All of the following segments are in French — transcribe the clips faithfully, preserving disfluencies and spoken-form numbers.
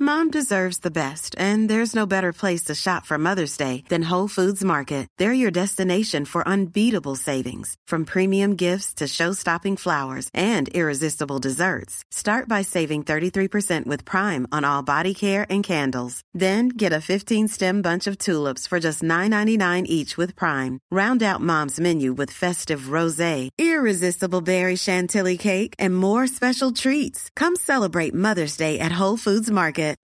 Mom deserves the best, and there's no better place to shop for Mother's Day than Whole Foods Market. They're your destination for unbeatable savings, from premium gifts to show-stopping flowers and irresistible desserts. Start by saving thirty-three percent with Prime on all body care and candles. Then get a fifteen-stem bunch of tulips for just nine ninety-nine each with Prime. Round out Mom's menu with festive rosé, irresistible berry chantilly cake, and more special treats. Come celebrate Mother's Day at Whole Foods Market.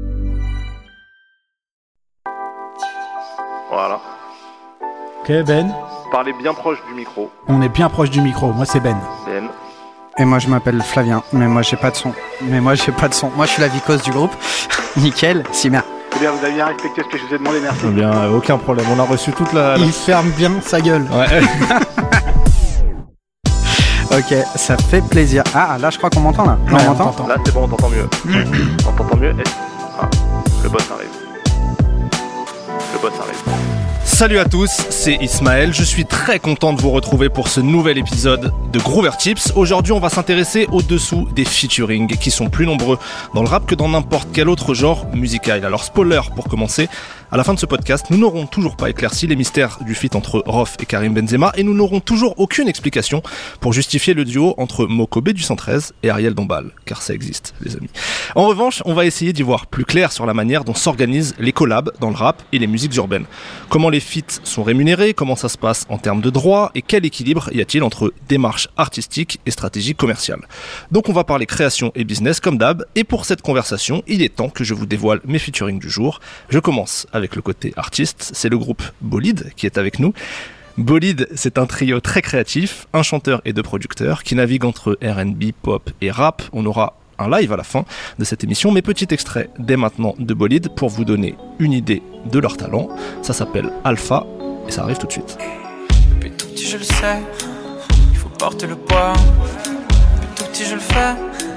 Voilà. Ok, Ben. Parlez bien proche du micro. On est bien proche du micro. Moi, c'est Ben. Ben. Et moi, je m'appelle Flavien, mais moi, j'ai pas de son. Mais moi, j'ai pas de son. Moi, je suis la vicose du groupe. Nickel, si bien. Eh bien, vous avez bien respecté ce que je vous ai demandé, merci. Eh bien, euh, aucun problème. On a reçu toute la... la... Il ferme bien sa gueule. Ouais. Ok, ça fait plaisir. Ah, là, je crois qu'on m'entend, là. Ouais, on on m'entend. t'entend. Là, c'est bon, on t'entend mieux. On t'entend mieux. Et... Ah, le boss arrive. Le boss arrive. Salut à tous, c'est Ismaël. Je suis très content de vous retrouver pour ce nouvel épisode de Groover Tips. Aujourd'hui, on va s'intéresser au-dessous des featuring qui sont plus nombreux dans le rap que dans n'importe quel autre genre musical. Alors, spoiler pour commencer. À la fin de ce podcast, nous n'aurons toujours pas éclairci les mystères du feat entre Rof et Karim Benzema et nous n'aurons toujours aucune explication pour justifier le duo entre Moko B du cent treize et Ariel Dombal, car ça existe, les amis. En revanche, on va essayer d'y voir plus clair sur la manière dont s'organisent les collabs dans le rap et les musiques urbaines. Comment les feats sont rémunérés, comment ça se passe en termes de droits et quel équilibre y a-t-il entre démarche artistique et stratégie commerciale. Donc on va parler création et business comme d'hab, et pour cette conversation, il est temps que je vous dévoile mes featuring du jour. Je commence avec le côté artiste, c'est le groupe Bolide qui est avec nous. Bolide, c'est un trio très créatif, un chanteur et deux producteurs qui naviguent entre R and B, pop et rap. On aura un live à la fin de cette émission, mais petit extrait dès maintenant de Bolide pour vous donner une idée de leur talent. Ça s'appelle Alpha et ça arrive tout de suite. Depuis tout petit je le sais, il faut porter le poids. Depuis tout petit je le fais,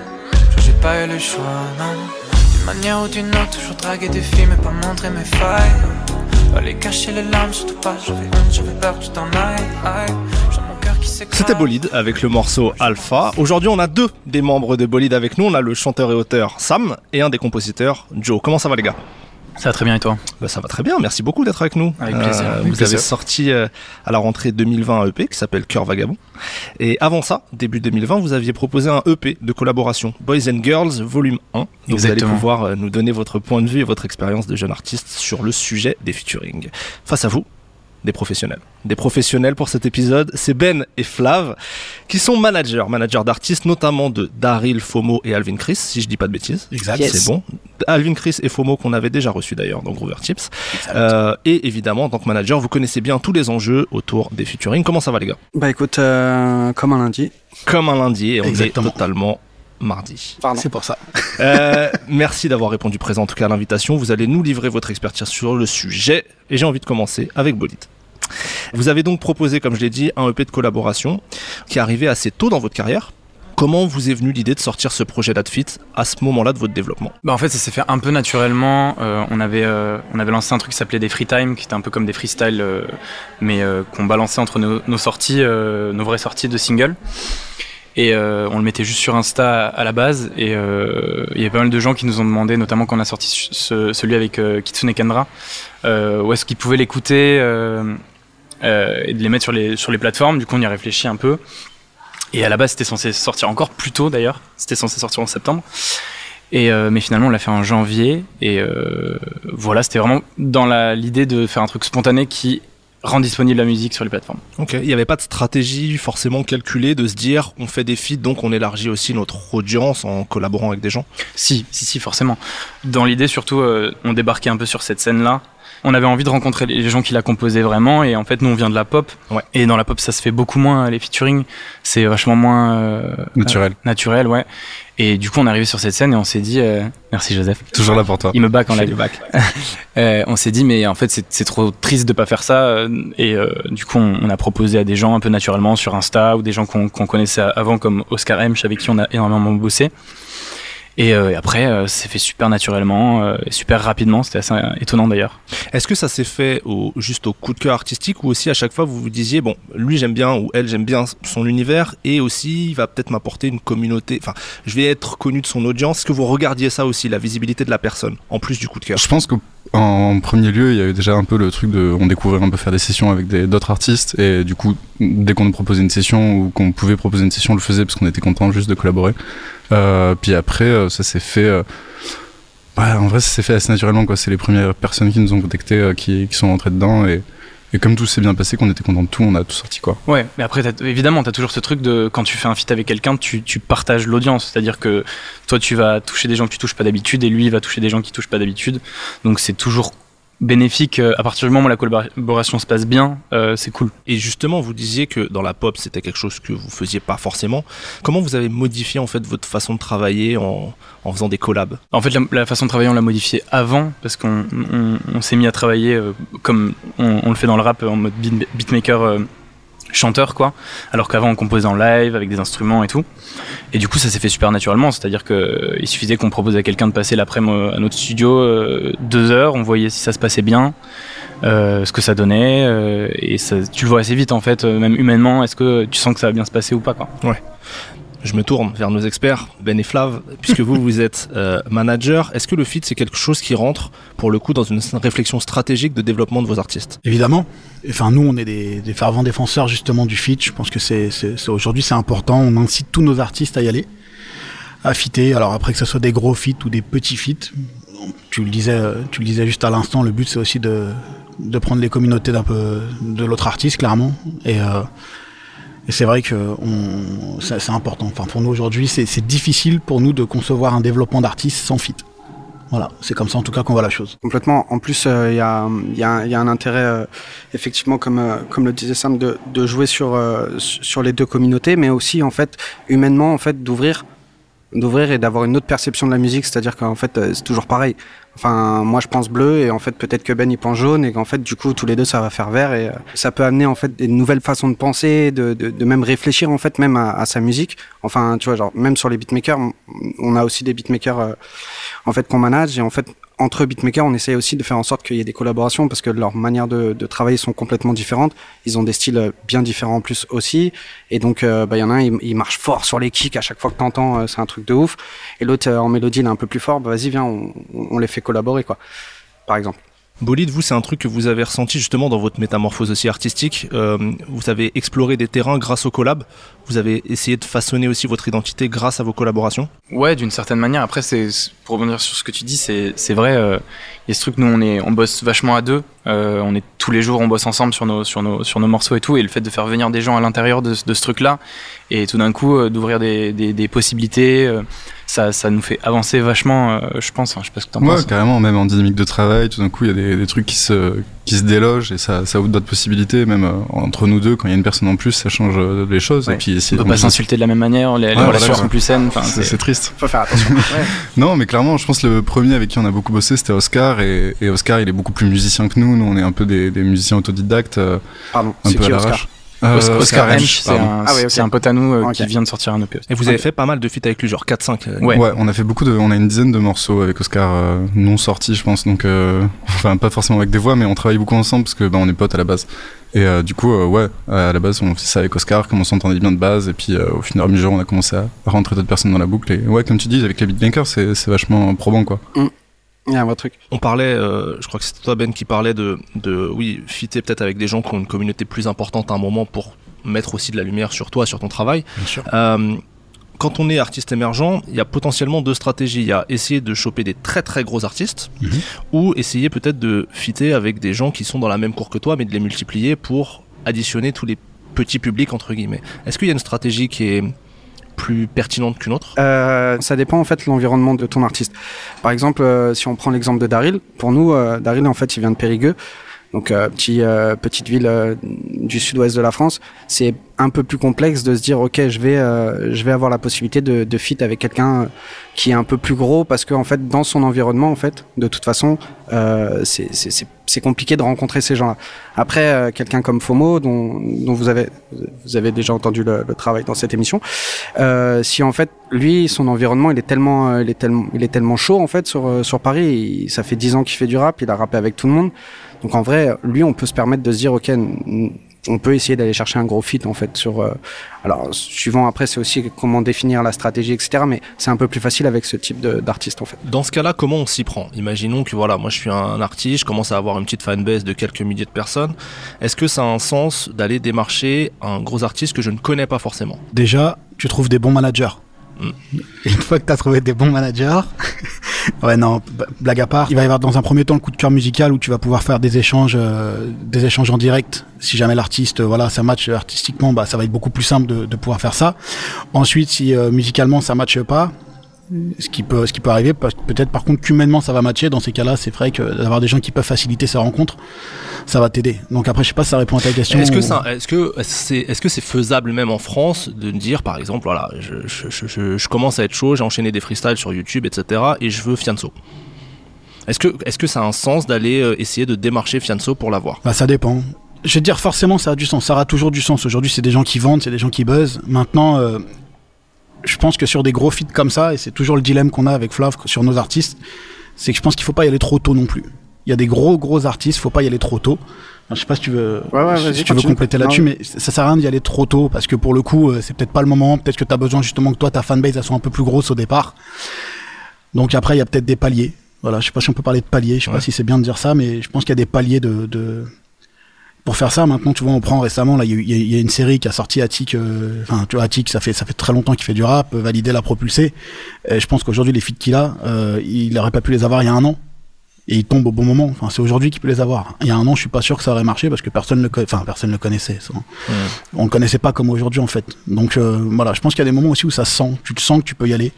je j'ai pas eu le choix, non. D'une manière ou d'une autre, toujours draguer des filles mais pas montrer mes failles. Aller cacher les larmes, surtout pas, j'avais honte, j'avais peur que tu t'en ailles. J'ai mon cœur qui s'éclate. C'était Bolide avec le morceau Alpha. Aujourd'hui, on a deux des membres de Bolide avec nous. On a le chanteur et auteur Sam et un des compositeurs Joe. Comment ça va les gars ? Ça va très bien et toi ? Bah, ça va très bien, merci beaucoup d'être avec nous. Avec plaisir. Euh, Avec vous plaisir. avez sorti euh, à la rentrée deux mille vingt un E P qui s'appelle Cœur Vagabond. Et avant ça, début deux mille vingt, vous aviez proposé un E P de collaboration, Boys and Girls Volume un. Donc vous allez Exactement. pouvoir euh, nous donner votre point de vue et votre expérience de jeune artiste sur le sujet des featuring. Face à vous, des professionnels. Des professionnels pour cet épisode, c'est Ben et Flav, qui sont managers, managers d'artistes, notamment de Daryl, Fomo et Alvin Chris, si je dis pas de bêtises. Exact. C'est bon. Alvin Chris et Fomo qu'on avait déjà reçus d'ailleurs dans Groover Tips. Euh, et évidemment, en tant que manager, vous connaissez bien tous les enjeux autour des featuring. Comment ça va les gars ? Bah écoute, euh, comme un lundi. Comme un lundi, et on Exactement. est totalement mardi. Pardon. C'est pour ça. Euh, merci d'avoir répondu présent en tout cas à l'invitation. Vous allez nous livrer votre expertise sur le sujet et j'ai envie de commencer avec Bolide. Vous avez donc proposé, comme je l'ai dit, un E P de collaboration qui est arrivé assez tôt dans votre carrière. Comment vous est venue l'idée de sortir ce projet d'Adfit à ce moment-là de votre développement ? Bah en fait ça s'est fait un peu naturellement. Euh, on avait euh, on avait lancé un truc qui s'appelait des free time, qui était un peu comme des freestyles, euh, mais euh, qu'on balançait entre nos, nos sorties, euh, nos vraies sorties de singles. Et euh, on le mettait juste sur Insta à la base. Et euh, il y a pas mal de gens qui nous ont demandé, notamment quand on a sorti ce, celui avec euh, Kitsune Kendra, euh, où est-ce qu'ils pouvaient l'écouter euh, euh, et de les mettre sur les sur les plateformes. Du coup on y a réfléchi un peu. Et à la base, c'était censé sortir encore plus tôt d'ailleurs. C'était censé sortir en septembre. Et euh, mais finalement, on l'a fait en janvier. Et euh, voilà, c'était vraiment dans la, l'idée de faire un truc spontané qui rend disponible la musique sur les plateformes. Ok, il n'y avait pas de stratégie forcément calculée de se dire on fait des feats donc on élargit aussi notre audience en collaborant avec des gens. Si, si, si, forcément. Dans l'idée, surtout, euh, on débarquait un peu sur cette scène-là. On avait envie de rencontrer les gens qui la composaient vraiment, et en fait, nous, on vient de la pop. Ouais. Et dans la pop, ça se fait beaucoup moins, les featuring. C'est vachement moins euh, Naturel. euh, naturel, ouais. Et du coup, on est arrivé sur cette scène et on s'est dit, euh, merci Joseph. Toujours là pour toi. Il me back en Je fais live. du back. Euh, on s'est dit, mais en fait, c'est, c'est trop triste de pas faire ça. euh, Et euh, du coup, on, on a proposé à des gens un peu naturellement sur Insta, ou des gens qu'on, qu'on connaissait avant, comme Oscar M, avec qui on a énormément bossé. Et, euh, et après, euh, c'est fait super naturellement, euh, super rapidement. C'était assez étonnant d'ailleurs. Est-ce que ça s'est fait au, juste au coup de cœur artistique ou aussi à chaque fois vous vous disiez bon, lui j'aime bien ou elle j'aime bien son univers et aussi il va peut-être m'apporter une communauté, enfin je vais être connu de son audience. Est-ce que vous regardiez ça aussi, la visibilité de la personne en plus du coup de cœur? Je pense qu'en premier lieu il y avait déjà un peu le truc de on découvrait un peu faire des sessions avec des, d'autres artistes et du coup dès qu'on nous proposait une session ou qu'on pouvait proposer une session on le faisait parce qu'on était content juste de collaborer. Euh, puis après ça s'est fait euh, ouais, en vrai ça s'est fait assez naturellement quoi. C'est les premières personnes qui nous ont contactés euh, qui, qui sont rentrées dedans et, et comme tout s'est bien passé, qu'on était content de tout, on a tout sorti quoi. Ouais, mais après t'as, évidemment t'as toujours ce truc de quand tu fais un feat avec quelqu'un, tu, tu partages l'audience, c'est-à-dire que toi tu vas toucher des gens que tu touches pas d'habitude et lui il va toucher des gens qui touchent pas d'habitude, donc c'est toujours bénéfique à partir du moment où la collaboration se passe bien, euh, c'est cool. Et justement, vous disiez que dans la pop, c'était quelque chose que vous faisiez pas forcément. Comment vous avez modifié en fait votre façon de travailler en, en faisant des collabs? En fait, la, la façon de travailler, on l'a modifiée avant parce qu'on on, on s'est mis à travailler euh, comme on, on le fait dans le rap en mode beat, beatmaker. Euh, chanteur quoi, alors qu'avant on composait en live avec des instruments et tout, et du coup ça s'est fait super naturellement, c'est-à-dire que euh, il suffisait qu'on propose à quelqu'un de passer l'après-midi à notre studio euh, deux heures, on voyait si ça se passait bien, euh, ce que ça donnait, euh, et ça, tu le vois assez vite en fait, euh, même humainement, est-ce que tu sens que ça va bien se passer ou pas quoi. Ouais. Je me tourne vers nos experts, Ben et Flav, puisque vous, vous êtes euh, manager. Est-ce que le feat, c'est quelque chose qui rentre, pour le coup, dans une réflexion stratégique de développement de vos artistes? Évidemment. Enfin, nous, on est des, des fervents défenseurs, justement, du feat. Je pense que c'est, c'est, c'est aujourd'hui, c'est important. On incite tous nos artistes à y aller, à fitter. Alors après, que ce soit des gros feats ou des petits feats. Tu le disais, tu le disais juste à l'instant, le but, c'est aussi de, de prendre les communautés d'un peu de l'autre artiste, clairement. Et... Euh, Et c'est vrai que on, c'est, c'est important. Enfin, pour nous aujourd'hui, c'est, c'est difficile pour nous de concevoir un développement d'artiste sans feat. Voilà, c'est comme ça en tout cas qu'on voit la chose. Complètement. En plus, il euh, y, a, y, a, y a un intérêt, euh, effectivement, comme, euh, comme le disait Sam, de, de jouer sur, euh, sur les deux communautés, mais aussi, en fait, humainement, en fait, d'ouvrir, d'ouvrir et d'avoir une autre perception de la musique. C'est-à-dire qu'en fait, euh, c'est toujours pareil. Enfin, moi, je pense bleu et en fait, peut-être que Ben, il pense jaune et qu'en fait, du coup, tous les deux, ça va faire vert et euh, ça peut amener en fait des nouvelles façons de penser, de, de, de même réfléchir en fait même à, à sa musique. Enfin, tu vois, genre même sur les beatmakers, on a aussi des beatmakers euh, en fait qu'on manage et en fait entre beatmakers, on essaye aussi de faire en sorte qu'il y ait des collaborations parce que leurs manières de, de travailler sont complètement différentes. Ils ont des styles bien différents en plus aussi. Et donc, euh, bah, y en a un, il, il marche fort sur les kicks. À chaque fois que t'entends, euh, c'est un truc de ouf. Et l'autre, euh, en mélodie, il est un peu plus fort. Bah, vas-y, viens, on, on les fait collaborer, quoi. Par exemple. Bolide, vous, c'est un truc que vous avez ressenti justement dans votre métamorphose aussi artistique. Euh, vous avez exploré des terrains grâce aux collabs. Vous avez essayé de façonner aussi votre identité grâce à vos collaborations. Ouais, d'une certaine manière. Après, c'est pour rebondir sur ce que tu dis, c'est c'est vrai. Il euh, y a ce truc, nous, on est, on bosse vachement à deux. Euh, on est tous les jours, on bosse ensemble sur nos sur nos sur nos morceaux et tout. Et le fait de faire venir des gens à l'intérieur de, de ce truc-là, et tout d'un coup euh, d'ouvrir des des, des possibilités. Euh, Ça, ça nous fait avancer vachement, euh, je pense. Hein, je sais pas ce que t'en ouais, penses. Ouais, carrément. Même en dynamique de travail, tout d'un coup, il y a des, des trucs qui se, qui se délogent et ça, ça ouvre d'autres possibilités. Même euh, entre nous deux, quand il y a une personne en plus, ça change euh, les choses. Ouais. Et puis, on peut pas s'insulter de la même manière. Les, ouais, les relations voilà, sont plus saines. Enfin, c'est, c'est triste. Faut faire attention. Ouais. Non, mais clairement, je pense que le premier avec qui on a beaucoup bossé, c'était Oscar. Et, et Oscar, il est beaucoup plus musicien que nous. Nous, on est un peu des, des musiciens autodidactes. Euh, Pardon. Un c'est peu qui à Oscar l'arrache. Euh, Oscar, Oscar Hench, c'est, un, ah oui, okay. c'est un pote à nous euh, okay. qui vient de sortir un E P. Et vous avez fait pas mal de feats avec lui, genre quatre cinq. Euh, ouais. ouais, on a fait beaucoup de, on a une dizaine de morceaux avec Oscar euh, non sortis, je pense. Donc, euh, enfin, pas forcément avec des voix, mais on travaille beaucoup ensemble parce que bah, on est potes à la base. Et euh, du coup, euh, ouais, à la base, on faisait ça avec Oscar, comme on s'entendait bien de base. Et puis, euh, au fur et à mesure, on a commencé à rentrer d'autres personnes dans la boucle. Et ouais, comme tu dis, avec les beatmakers, c'est, c'est vachement probant, quoi. Mm. Il y a un vrai truc. On parlait, euh, je crois que c'était toi Ben qui parlait de, de oui, fitter peut-être avec des gens qui ont une communauté plus importante à un moment pour mettre aussi de la lumière sur toi, sur ton travail. Bien sûr. Euh, quand on est artiste émergent, il y a potentiellement deux stratégies. Il y a essayer de choper des très très gros artistes mm-hmm. ou essayer peut-être de fitter avec des gens qui sont dans la même cour que toi mais de les multiplier pour additionner tous les petits publics entre guillemets. Est-ce qu'il y a une stratégie qui est plus pertinente qu'une autre? euh, Ça dépend en fait de l'environnement de ton artiste. Par exemple, euh, si on prend l'exemple de Daryl, pour nous, euh, Daryl en fait il vient de Périgueux, donc euh, petit, euh, petite ville euh, du sud-ouest de la France. C'est un peu plus complexe de se dire ok je vais euh, je vais avoir la possibilité de, de fit avec quelqu'un qui est un peu plus gros parce que en fait dans son environnement en fait de toute façon euh, c'est, c'est, c'est, c'est compliqué de rencontrer ces gens-là. Après euh, quelqu'un comme FOMO dont, dont vous avez vous avez déjà entendu le, le travail dans cette émission, euh, si en fait lui son environnement il est tellement euh, il est tellement il est tellement chaud en fait sur euh, sur Paris, il, ça fait dix ans qu'il fait du rap, il a rappé avec tout le monde, donc en vrai lui on peut se permettre de se dire ok n- on peut essayer d'aller chercher un gros fit en fait sur euh, alors suivant après c'est aussi comment définir la stratégie etc, mais c'est un peu plus facile avec ce type de, d'artiste en fait. Dans ce cas-là, comment on s'y prend? Imaginons que voilà, moi je suis un artiste, je commence à avoir une petite fanbase de quelques milliers de personnes. Est-ce que ça a un sens d'aller démarcher un gros artiste que je ne connais pas forcément? Déjà, tu trouves des bons managers. Mm. Et une fois que tu as trouvé des bons managers, ouais non, blague à part, il va y avoir dans un premier temps le coup de cœur musical où tu vas pouvoir faire des échanges, euh, des échanges en direct. Si jamais l'artiste, euh, voilà, ça match artistiquement, bah ça va être beaucoup plus simple de, de pouvoir faire ça. Ensuite, si euh, musicalement ça matche pas, ce qui peut, ce qui peut arriver, peut-être par contre qu'humainement ça va matcher. Dans ces cas-là, c'est vrai que d'avoir des gens qui peuvent faciliter ces rencontres, ça va t'aider. Donc après, je sais pas si ça répond à ta question. Est-ce que ou... ça, est-ce que c'est, est-ce que c'est faisable même en France de dire, par exemple, voilà, je, je, je, je, je commence à être chaud, j'ai enchaîné des freestyles sur YouTube, et cetera, et je veux Fianso. Est-ce que, est-ce que ça a un sens d'aller euh, essayer de démarcher Fianso pour l'avoir? Bah ça dépend. Je vais te dire forcément ça a du sens, ça aura toujours du sens. Aujourd'hui, c'est des gens qui vendent, c'est des gens qui buzzent. Maintenant. Euh... Je pense que sur des gros feats comme ça, et c'est toujours le dilemme qu'on a avec Flav sur nos artistes, c'est que je pense qu'il faut pas y aller trop tôt non plus. Il y a des gros gros artistes, faut pas y aller trop tôt. Enfin, je sais pas si tu veux, ouais, ouais, si tu veux compléter là-dessus, mais ça sert à rien d'y aller trop tôt parce que pour le coup, c'est peut-être pas le moment. Peut-être que tu as besoin justement que toi ta fanbase elle soit un peu plus grosse au départ. Donc après, il y a peut-être des paliers. Voilà, je sais pas si on peut parler de paliers. Je sais ouais. pas si c'est bien de dire ça, mais je pense qu'il y a des paliers de, de... Pour faire ça, maintenant, tu vois, on prend récemment, là, il y, y, y a une série qui a sorti Attic, euh, enfin, tu vois, Attic, ça fait, ça fait très longtemps qu'il fait du rap, euh, Validé l'a propulsé. Et je pense qu'aujourd'hui, les feats qu'il a, euh, il aurait pas pu les avoir il y a un an. Et il tombe au bon moment. Enfin, c'est aujourd'hui qu'il peut les avoir. Il y a un an, je suis pas sûr que ça aurait marché parce que personne le, co- enfin, personne le connaissait. Ça. Ouais. On le connaissait pas comme aujourd'hui, en fait. Donc, euh, voilà, je pense qu'il y a des moments aussi où ça se sent. Tu te sens que tu peux y aller.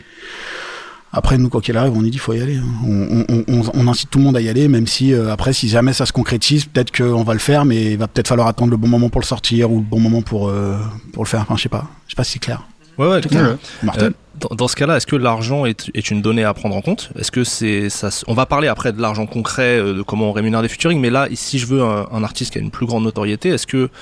Après, nous, quoi qu'il arrive, on dit qu'il faut y aller. On, on, on, on incite tout le monde à y aller, même si, euh, après, si jamais ça se concrétise, peut-être qu'on va le faire, mais il va peut-être falloir attendre le bon moment pour le sortir ou le bon moment pour, euh, pour le faire. Enfin, je sais pas. Je sais pas si c'est clair. Ouais, ouais, tout à fait. Martin. Dans, dans ce cas-là, est-ce que l'argent est, est une donnée à prendre en compte? Est-ce que c'est ça? On va parler après de l'argent concret, de comment on rémunère des featuring, mais là, si je veux un, un artiste qui a une plus grande notoriété, est-ce que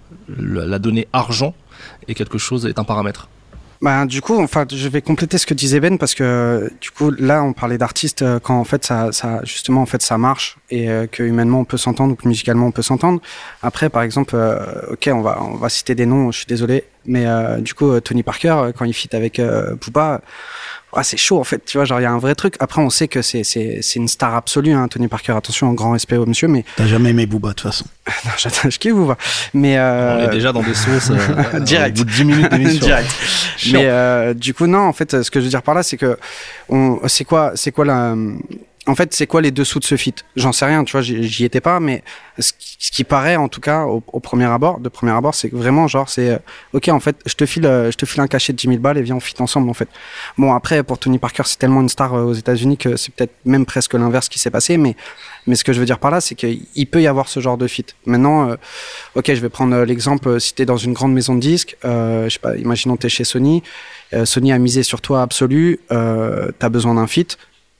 la, la donnée argent est quelque chose, est un paramètre? Bah, du coup, enfin, je vais compléter ce que disait Ben parce que du coup, là, on parlait d'artistes quand en fait ça, ça, justement, en fait, ça marche et euh, que humainement on peut s'entendre ou que musicalement on peut s'entendre. Après, par exemple, euh, ok, on va, on va citer des noms. Je suis désolé, mais euh, du coup, Tony Parker, quand il feat avec euh, Booba. Ah, c'est chaud en fait, tu vois, genre il y a un vrai truc. Après on sait que c'est c'est c'est une star absolue, hein, Tony Parker. Attention, un grand respect au monsieur, mais t'as jamais aimé Booba de toute façon. Non, j'attends, je kiffe Booba, mais euh... on est déjà dans des sauces euh, direct, au bout de dix minutes d'émission. Direct. Mais euh, du coup non, en fait, ce que je veux dire par là, c'est que on, c'est quoi, c'est quoi la En fait, c'est quoi les dessous de ce feat? J'en sais rien, tu vois, j'y, j'y étais pas, mais ce qui, ce qui paraît, en tout cas, au, au premier abord, de premier abord, c'est que vraiment, genre, c'est, euh, ok, en fait, je te file, euh, je te file un cachet de dix mille balles et viens, on feat ensemble, en fait. Bon, après, pour Tony Parker, c'est tellement une star euh, aux États-Unis que c'est peut-être même presque l'inverse qui s'est passé, mais, mais ce que je veux dire par là, c'est qu'il peut y avoir ce genre de feat. Maintenant, euh, ok, je vais prendre euh, l'exemple, euh, si t'es dans une grande maison de disques, euh, je sais pas, imaginons t'es chez Sony, euh, Sony a misé sur toi absolu, euh, t'as besoin d'un feat.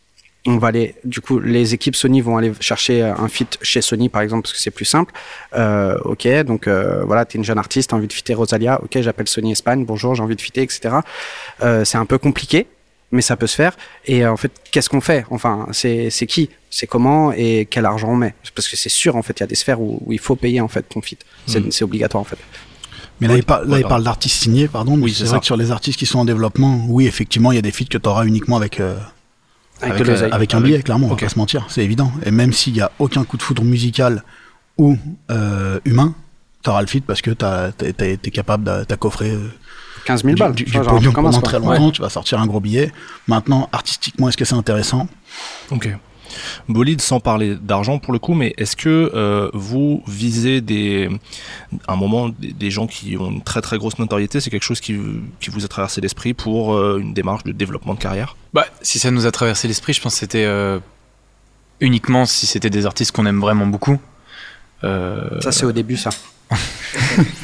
On va aller, du coup, les équipes Sony vont aller chercher un feat chez Sony, par exemple, parce que c'est plus simple. Euh, ok, donc euh, voilà, t'es une jeune artiste, t'as envie de feater Rosalia. Ok, j'appelle Sony Espagne. Bonjour, j'ai envie de feater, et cetera. Euh, c'est un peu compliqué, mais ça peut se faire. Et euh, en fait, qu'est-ce qu'on fait? Enfin, c'est c'est qui? C'est comment et quel argent on met? Parce que c'est sûr, en fait, il y a des sphères où, où il faut payer en fait ton feat. C'est, mmh. c'est obligatoire, en fait. Mais là, oui, il, par, là voilà. il parle d'artistes signés, pardon. Oui, c'est, c'est vrai que sur les artistes qui sont en développement, oui, effectivement, il y a des feats que t'auras uniquement avec. Euh... Avec, avec, euh, avec un billet, clairement, okay. On va pas se mentir, c'est évident. Et même s'il y a aucun coup de foudre musical ou euh, humain, t'auras le feat parce que t'as, t'es, t'es, t'es capable de t'as coffré euh, quinze mille balles du, du, du pognon pendant très longtemps, ouais. Tu vas sortir un gros billet. Maintenant, artistiquement, est-ce que c'est intéressant? Ok. Bolide, sans parler d'argent pour le coup, mais est-ce que euh, vous visez des, à un moment des, des gens qui ont une très très grosse notoriété? C'est quelque chose qui, qui vous a traversé l'esprit pour euh, une démarche de développement de carrière? Bah, si ça nous a traversé l'esprit, je pense que c'était euh, uniquement si c'était des artistes qu'on aime vraiment beaucoup. Euh, ça c'est au début ça.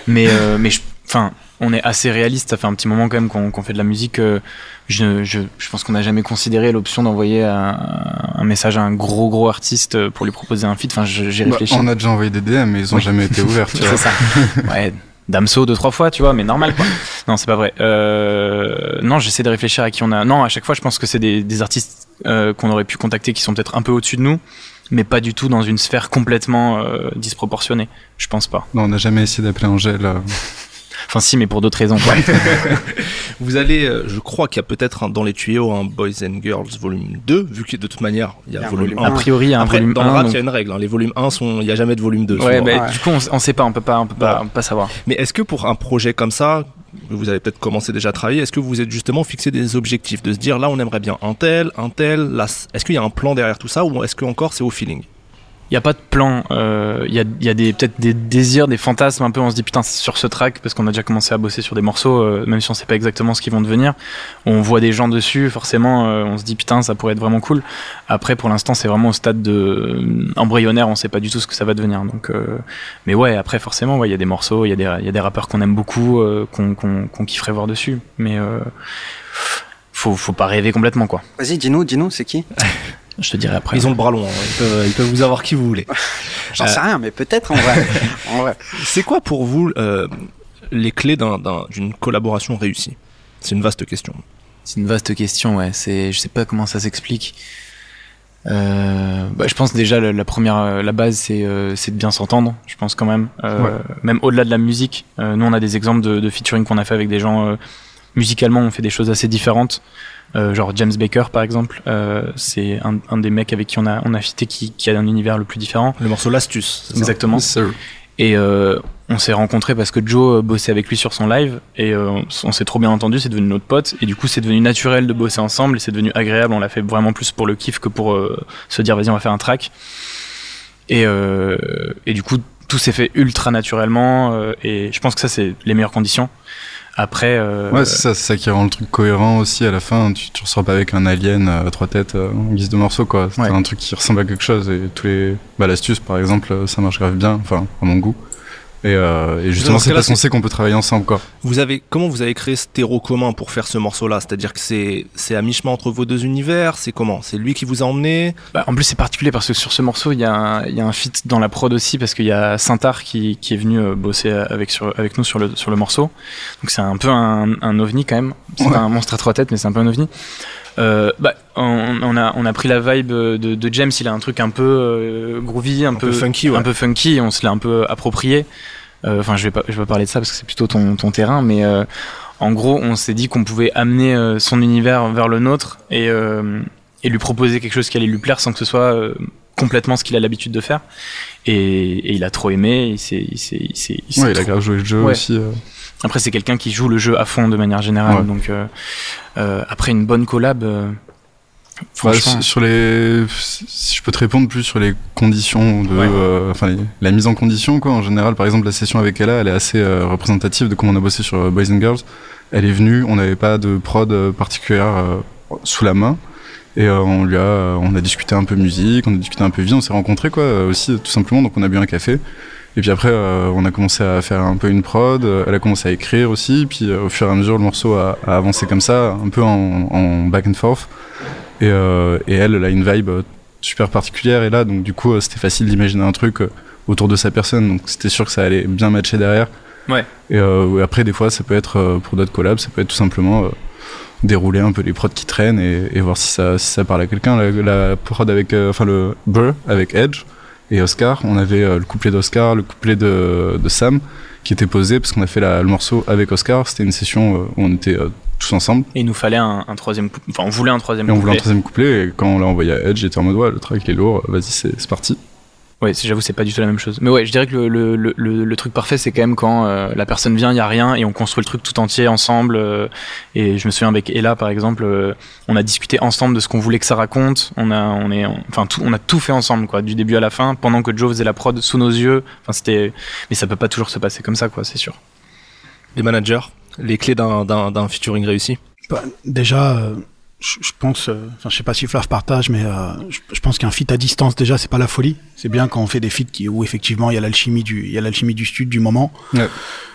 mais euh, mais enfin on est assez réaliste, ça fait un petit moment quand même qu'on, qu'on fait de la musique. Euh, je, je, je pense qu'on n'a jamais considéré l'option d'envoyer un, un message à un gros gros artiste pour lui proposer un feat. Enfin, j'ai réfléchi. Bah, on a déjà envoyé des D M, mais ils ont oui. jamais été ouverts. Tu vois. C'est ça. Ouais, Damso deux trois fois, tu vois, mais normal quoi. Non, c'est pas vrai. Euh, non, j'essaie de réfléchir à qui on a. Non, à chaque fois, je pense que c'est des, des artistes euh, qu'on aurait pu contacter qui sont peut-être un peu au-dessus de nous, mais pas du tout dans une sphère complètement euh, disproportionnée. Je pense pas. Non, on n'a jamais essayé d'appeler Angèle. Euh... Enfin si, mais pour d'autres raisons. Vous allez, euh, je crois qu'il y a peut-être un, dans les tuyaux un Boys and Girls volume deux, vu que de toute manière, il y a, il y a volume un. A priori, il y a un Après, volume dans un. Dans le rap, il donc... y a une règle. Hein, les volumes un, sont, il n'y a jamais de volume deux. Ouais, bah, du coup, on, on sait pas, on peut pas, on peut pas, on peut pas, on peut pas savoir. Mais est-ce que pour un projet comme ça, vous avez peut-être commencé déjà à travailler, est-ce que vous vous êtes justement fixé des objectifs, de se dire là, on aimerait bien un tel, un tel, là, est-ce qu'il y a un plan derrière tout ça, ou est-ce que encore c'est au feeling? Il y a pas de plan, il euh, y a, y a des, peut-être des désirs, des fantasmes un peu, on se dit putain sur ce track, parce qu'on a déjà commencé à bosser sur des morceaux, euh, même si on sait pas exactement ce qu'ils vont devenir, on voit des gens dessus, forcément euh, on se dit putain ça pourrait être vraiment cool. Après pour l'instant c'est vraiment au stade de euh, embryonnaire, on sait pas du tout ce que ça va devenir, donc euh, mais ouais après forcément il ouais, y a des morceaux, il y, y a des rappeurs qu'on aime beaucoup, euh, qu'on, qu'on, qu'on kifferait voir dessus, mais euh, faut, faut pas rêver complètement quoi. Vas-y dis-nous, dis-nous c'est qui? Je te dirai après. Ils ont le bras long, hein. ils, peuvent, ils peuvent vous avoir qui vous voulez. J'en euh, sais rien, mais peut-être en vrai. en vrai. C'est quoi pour vous euh, les clés d'un, d'un, d'une collaboration réussie? C'est une vaste question. C'est une vaste question, ouais. C'est, je sais pas comment ça s'explique. Euh, bah, je pense déjà la, la première, la base, c'est, euh, c'est de bien s'entendre. Je pense quand même, euh, ouais. Même au-delà de la musique. Euh, nous, on a des exemples de, de featuring qu'on a fait avec des gens. Euh, musicalement, on fait des choses assez différentes. Euh, genre James Baker par exemple, euh, c'est un, un des mecs avec qui on a on a fité qui, qui a un univers le plus différent. Le morceau L'Astuce, c'est exactement. Ça et euh, on s'est rencontrés parce que Joe bossait avec lui sur son live et euh, on s'est trop bien entendu, c'est devenu notre pote et du coup c'est devenu naturel de bosser ensemble et c'est devenu agréable. On l'a fait vraiment plus pour le kiff que pour euh, se dire vas-y on va faire un track. Et euh, et du coup tout s'est fait ultra naturellement euh, et je pense que ça c'est les meilleures conditions. Après, euh... ouais, c'est ça, c'est ça qui rend le truc cohérent aussi à la fin. Tu, tu ressors pas avec un alien à trois têtes euh, en guise de morceau, quoi. C'est ouais. un truc qui ressemble à quelque chose. Et tous les, bah, l'astuce, par exemple, ça marche grave bien, enfin, à mon goût. Et, euh, et justement, c'est parce qu'on sait qu'on peut travailler ensemble, quoi. Vous avez, comment vous avez créé ce terreau commun pour faire ce morceau-là? C'est-à-dire que c'est, c'est à mi-chemin entre vos deux univers? C'est comment? C'est lui qui vous a emmené? Bah, en plus, c'est particulier parce que sur ce morceau, il y a un, il y a un feat dans la prod aussi parce qu'il y a Saint-Art qui, qui est venu bosser avec, sur, avec nous sur le, sur le morceau. Donc c'est un peu un, un ovni quand même. C'est ouais. pas un monstre à trois têtes, mais c'est un peu un ovni. Euh, bah, on, on a on a pris la vibe de, de James, il a un truc un peu euh, groovy, un, un peu, peu funky, ouais. un peu funky, et on se l'a un peu approprié. Enfin, euh, je vais pas je vais pas parler de ça parce que c'est plutôt ton ton terrain, mais euh, en gros, on s'est dit qu'on pouvait amener euh, son univers vers le nôtre et euh, et lui proposer quelque chose qui allait lui plaire sans que ce soit euh, complètement ce qu'il a l'habitude de faire. Et, et il a trop aimé, il s'est il s'est il s'est, il s'est ouais, trop... il a grave joué le jeu ouais. aussi. Euh... Après, c'est quelqu'un qui joue le jeu à fond de manière générale. Ouais. Donc, euh, euh, après une bonne collab, euh, bah, sur les, si je peux te répondre plus sur les conditions de, ouais. euh, enfin, les, la mise en condition, quoi. En général, par exemple, la session avec Ella, elle est assez euh, représentative de comment on a bossé sur euh, Boys and Girls. Elle est venue, on n'avait pas de prod euh, particulière euh, sous la main. Et euh, on lui a, on a discuté un peu musique, on a discuté un peu vie, on s'est rencontrés, quoi, euh, aussi, tout simplement. Donc, on a bu un café. Et puis après, euh, on a commencé à faire un peu une prod, elle a commencé à écrire aussi, puis euh, au fur et à mesure, le morceau a, a avancé comme ça, un peu en, en back and forth. Et, euh, et elle, elle a une vibe super particulière, et là, donc du coup, c'était facile d'imaginer un truc autour de sa personne, donc c'était sûr que ça allait bien matcher derrière. Ouais. Et euh, après, des fois, ça peut être, pour d'autres collabs, ça peut être tout simplement... Euh, dérouler un peu les prods qui traînent et, et voir si ça, si ça parle à quelqu'un. La, la prod avec, euh, enfin le Burr avec Edge et Oscar, on avait euh, le couplet d'Oscar, le couplet de, de Sam qui était posé parce qu'on a fait la, le morceau avec Oscar. C'était une session euh, où on était euh, tous ensemble. Et il nous fallait un, un troisième couplet, enfin on voulait un troisième et couplet. on voulait un troisième couplet et quand on l'a envoyé à Edge, j'étais en mode ouais, le track est lourd, vas-y c'est, c'est parti. Ouais, j'avoue, c'est pas du tout la même chose. Mais ouais, je dirais que le, le, le, le truc parfait, c'est quand même quand euh, la personne vient, il y a rien, et on construit le truc tout entier ensemble. Euh, et je me souviens avec Ella, par exemple, euh, on a discuté ensemble de ce qu'on voulait que ça raconte. On a, on est, enfin, tout, on a tout fait ensemble, quoi, du début à la fin, pendant que Joe faisait la prod sous nos yeux. Enfin, c'était, mais ça peut pas toujours se passer comme ça, quoi, c'est sûr. Les managers, les clés d'un, d'un, d'un featuring réussi. Bah, déjà. Euh... Je pense, enfin, euh, je sais pas si Flav partage, mais euh, je, je pense qu'un feat à distance déjà, c'est pas la folie. C'est bien quand on fait des feats qui, où effectivement il y a l'alchimie du, il y a l'alchimie du stud du moment. Ouais.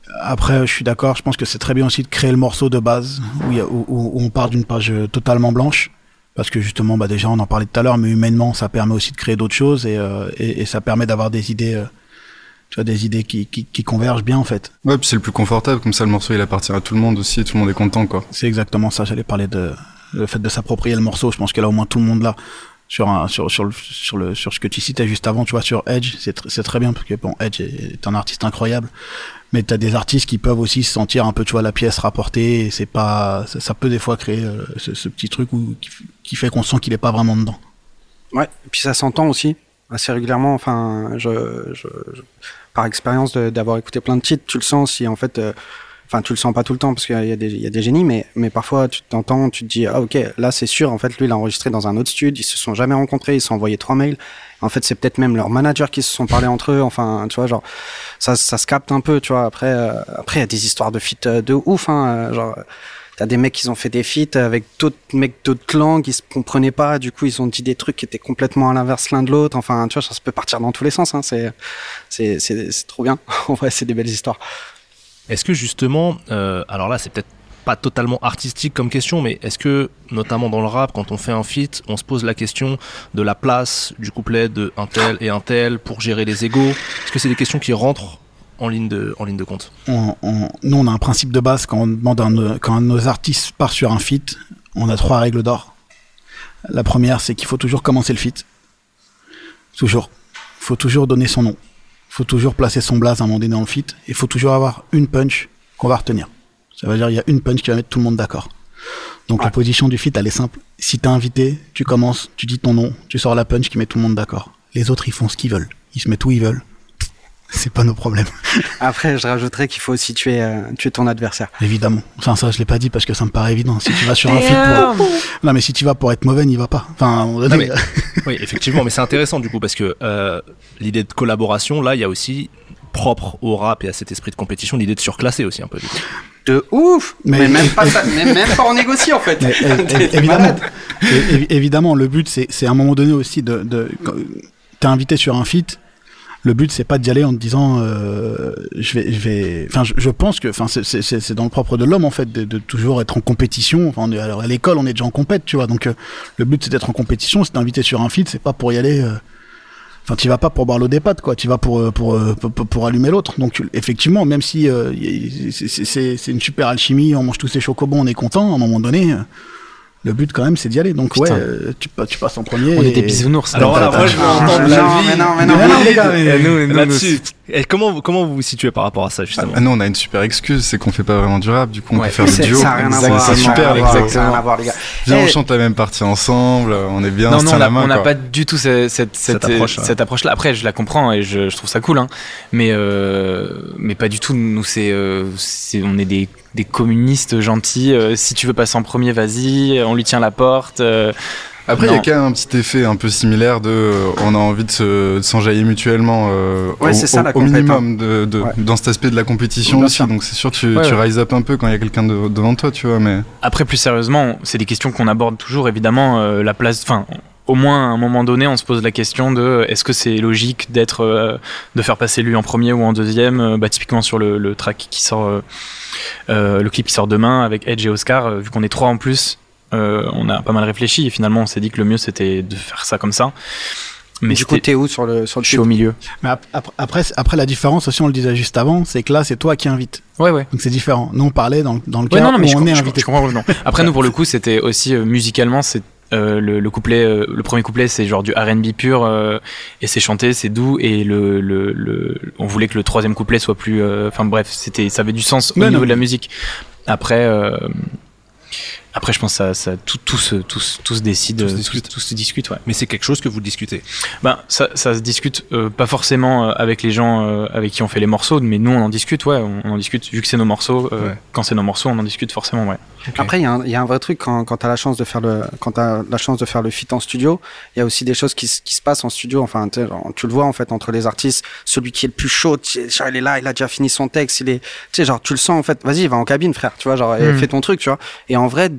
Après, je suis d'accord. Je pense que c'est très bien aussi de créer le morceau de base où, il y a, où, où on part d'une page totalement blanche. Parce que justement, bah déjà, on en parlait tout à l'heure, mais humainement, ça permet aussi de créer d'autres choses et, euh, et, et ça permet d'avoir des idées, euh, tu vois, des idées qui, qui, qui convergent bien en fait. Ouais, puis c'est le plus confortable. Comme ça, le morceau il appartient à tout le monde aussi. Tout le monde est content, quoi. C'est exactement ça. J'allais parler de le fait de s'approprier le morceau. Je pense que là, au moins, tout le monde là. Sur, un, sur, sur, le, sur, le, sur ce que tu citais juste avant, tu vois, sur Edge, c'est, tr- c'est très bien, parce que bon, Edge est un artiste incroyable, mais t'as des artistes qui peuvent aussi se sentir un peu, tu vois, la pièce rapportée, et c'est pas, ça, ça peut des fois créer euh, ce, ce petit truc où, qui, qui fait qu'on sent qu'il est pas vraiment dedans. Ouais, et puis ça s'entend aussi, assez régulièrement, enfin, je, je, je par expérience de, d'avoir écouté plein de titres, tu le sens si en fait... Euh, Enfin, tu le sens pas tout le temps parce qu'il y a des, il y a des génies, mais, mais parfois tu t'entends, tu te dis, ah, ok, là, c'est sûr, en fait, lui, il a enregistré dans un autre studio, ils se sont jamais rencontrés, ils se sont envoyés trois mails. En fait, c'est peut-être même leurs managers qui se sont parlé entre eux, enfin, tu vois, genre, ça, ça se capte un peu, tu vois. Après, euh, après, il y a des histoires de feats de ouf, hein, genre, t'as des mecs qui ont fait des feats avec d'autres mecs d'autres langues, ils se comprenaient pas, du coup, ils ont dit des trucs qui étaient complètement à l'inverse l'un de l'autre, enfin, tu vois, ça peut partir dans tous les sens, hein, c'est, c'est, c'est, c'est trop bien. En vrai, c'est des belles histoires. Est-ce que justement, euh, alors là c'est peut-être pas totalement artistique comme question, mais est-ce que notamment dans le rap, quand on fait un feat, on se pose la question de la place du couplet de un tel et un tel pour gérer les égos? Est-ce que c'est des questions qui rentrent en ligne de, en ligne de compte? on, on, Nous on a un principe de base quand on demande un, quand un de nos artistes part sur un feat, on a trois règles d'or. La première, c'est qu'il faut toujours commencer le feat. Toujours. Il faut toujours donner son nom. Il faut toujours placer son blaze à un moment donné dans le feat. Il faut toujours avoir une punch qu'on va retenir. Ça veut dire qu'il y a une punch qui va mettre tout le monde d'accord. Donc ouais. La position du feat, elle est simple. Si t'es invité, tu commences, tu dis ton nom, tu sors la punch qui met tout le monde d'accord. Les autres, ils font ce qu'ils veulent. Ils se mettent où ils veulent. C'est pas nos problèmes. Après, je rajouterais qu'il faut aussi tuer, euh, tuer ton adversaire. Évidemment. Enfin, ça, je l'ai pas dit parce que ça me paraît évident. Si tu vas sur un feat pour... Non, mais si tu vas pour être mauvais, n'y va pas. Enfin, à un moment donné... non, mais... oui, effectivement, mais c'est intéressant du coup parce que euh, l'idée de collaboration, là, il y a aussi propre au rap et à cet esprit de compétition, l'idée de surclasser aussi un peu. De ouf. Mais, mais même pas ça, mais même pas en négocier en fait. Mais, é- évidemment. é- évidemment, le but, c'est, c'est à un moment donné aussi de, de... T'es invité sur un feat. Le but, c'est pas d'y aller en te disant, euh, je vais, je vais. Enfin, je, je pense que, enfin, c'est, c'est, c'est dans le propre de l'homme en fait, de, de toujours être en compétition. Enfin, on est, alors à l'école, on est déjà en compète, tu vois. Donc, euh, le but, c'est d'être en compétition. Si t'es invité sur un feat, c'est pas pour y aller. Euh... Enfin, tu vas pas pour boire l'eau des pâtes, quoi. Tu vas pour pour, pour pour pour allumer l'autre. Donc, effectivement, même si euh, c'est, c'est, c'est une super alchimie, on mange tous ces chocobons, on est content. À un moment donné. Euh... Le but quand même c'est d'y aller, donc putain. ouais euh, tu, tu passes en premier. On et... est des bisounours. Alors voilà, moi je veux entendre la vie. Mais non, mais non, mais non, les gars, mais nous, nous, là-dessus. Et comment comment vous vous situez par rapport à ça justement? Ah, nous on a une super excuse, c'est qu'on fait pas vraiment du rap, du coup on ouais, peut faire le duo. Ça a rien à voir. C'est super, exactement. À voir, les gars. Viens, on chante la même partie ensemble, on est bien. Non, non, on la main, on n'a pas du tout cette cette cette, cette approche ouais. cette approche-là. Après, je la comprends et je, je trouve ça cool, hein. Mais euh, mais pas du tout. Nous, c'est euh, c'est on est des des communistes gentils. Euh, si tu veux passer en premier, vas-y. On lui tient la porte. Euh, Après, il y a quand même un petit effet un peu similaire de, euh, on a envie de, se, de s'enjailler mutuellement euh, ouais, au, c'est ça, au, la au minimum de, de, ouais. dans cet aspect de la compétition Bien aussi. sûr. Donc c'est sûr, tu, ouais, tu ouais. rise up un peu quand il y a quelqu'un de, devant toi, tu vois. Mais après, plus sérieusement, c'est des questions qu'on aborde toujours. Évidemment, euh, la place. Enfin. Au moins, à un moment donné, on se pose la question de est-ce que c'est logique d'être, euh, de faire passer lui en premier ou en deuxième. euh, bah, typiquement sur le, le track qui sort, euh, euh, le clip qui sort demain avec Edge et Oscar, euh, vu qu'on est trois en plus, euh, on a pas mal réfléchi et finalement on s'est dit que le mieux c'était de faire ça comme ça. Mais du coup, t'es où sur le sur le Je suis au milieu. Mais après, après, après la différence aussi, on le disait juste avant, c'est que là, c'est toi qui invites. Ouais, ouais. Donc c'est différent. Nous, on parlait dans, dans le cas ouais, non, non, mais où je on est je invité. Je comprends, non. Après, nous, pour le coup, c'était aussi euh, musicalement, c'est Euh, le, le couplet, euh, le premier couplet, c'est genre du R and B pur euh, et c'est chanté, c'est doux et le, le, le, on voulait que le troisième couplet soit plus, enfin euh, bref, c'était, ça avait du sens au non, niveau non. de la musique. Après, euh, après, je pense que ça, ça, tout, tout, se, tout, tout se décide, tout se tout, discute. tout, tout se discute, ouais. Mais c'est quelque chose que vous discutez. Ben, ça, ça se discute euh, pas forcément euh, avec les gens euh, avec qui on fait les morceaux, mais nous on en discute, ouais, on, on en discute vu que c'est nos morceaux. Euh, ouais. Quand c'est nos morceaux, on en discute forcément, ouais. Okay. Après, il y, y a un vrai truc quand, quand t'as la chance de faire le, quand t'as la chance de faire le feat en studio, il y a aussi des choses qui, qui se passent en studio. Enfin, genre, tu le vois en fait entre les artistes, celui qui est le plus chaud, genre, il est là, il a déjà fini son texte, il est, tu sais, genre tu le sens en fait. Vas-y, va en cabine, frère, tu vois, genre mm. fais ton truc, tu vois. Et en vrai,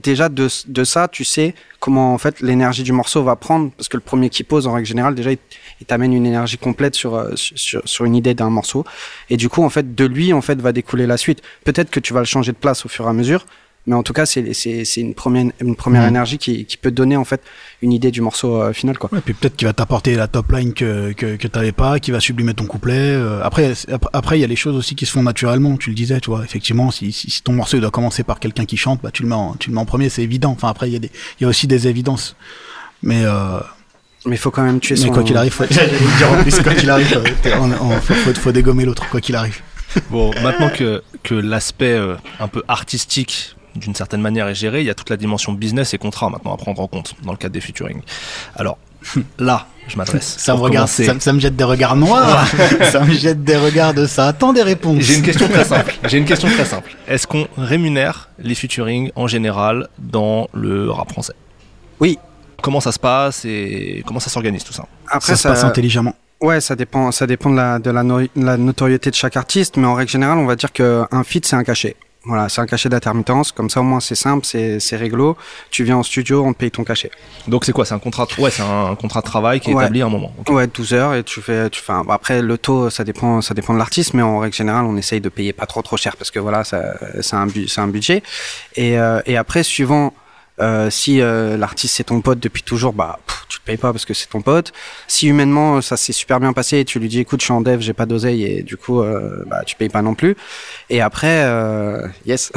déjà de, de ça, tu sais comment en fait l'énergie du morceau va prendre, parce que le premier qui pose en règle générale, déjà il, il t'amène une énergie complète sur, sur sur une idée d'un morceau, et du coup en fait de lui en fait va découler la suite. Peut-être que tu vas le changer de place au fur et à mesure, mais en tout cas c'est c'est c'est une première une première mmh. énergie qui qui peut te donner en fait une idée du morceau euh, final quoi. Ouais, puis peut-être qu'il va t'apporter la top line que que que t'avais pas, qui va sublimer ton couplet. Euh, après après il y a les choses aussi qui se font naturellement, tu le disais, tu vois. Effectivement, si si, si ton morceau doit commencer par quelqu'un qui chante, bah tu le mets en, tu le mets en premier, c'est évident. Enfin après il y a des il y a aussi des évidences. Mais euh mais faut quand même tuer mais son... quoi qu'il arrive, faut... j'allais dire en plus quoi qu'il arrive, on, on, faut, faut faut dégommer l'autre quoi qu'il arrive. Bon, maintenant que que l'aspect euh, un peu artistique d'une certaine manière est géré, il y a toute la dimension business et contrat maintenant à prendre en compte dans le cadre des featuring. Alors là, je m'adresse. Ça me regarde, ça, ça me jette des regards noirs. Ça me jette des regards de ça. Attends des réponses. J'ai une question très simple. J'ai une question très simple. Est-ce qu'on rémunère les featuring en général dans le rap français ? Oui. Comment ça se passe et comment ça s'organise tout ça ? Après, ça, ça se passe intelligemment. Ouais, ça dépend, ça dépend de la de la, no- la notoriété de chaque artiste, mais en règle générale, on va dire que un feat c'est un cachet. Voilà, c'est un cachet d'intermittence, comme ça au moins c'est simple, c'est c'est réglo. Tu viens en studio, on te paye ton cachet. Donc c'est quoi ? C'est un contrat de... ouais, c'est un contrat de travail qui est ouais. établi à un moment. Okay. Ouais, douze heures et tu fais tu fais un... après le taux, ça dépend ça dépend de l'artiste, mais en règle générale, on essaye de payer pas trop trop cher parce que voilà, ça c'est un bu... c'est un budget. Et euh, et après suivant Euh, si euh, l'artiste c'est ton pote depuis toujours, bah pff, tu te payes pas parce que c'est ton pote. Si humainement ça s'est super bien passé et tu lui dis écoute je suis en dev, j'ai pas d'oseille et du coup euh, bah tu payes pas non plus. Et après euh, yes.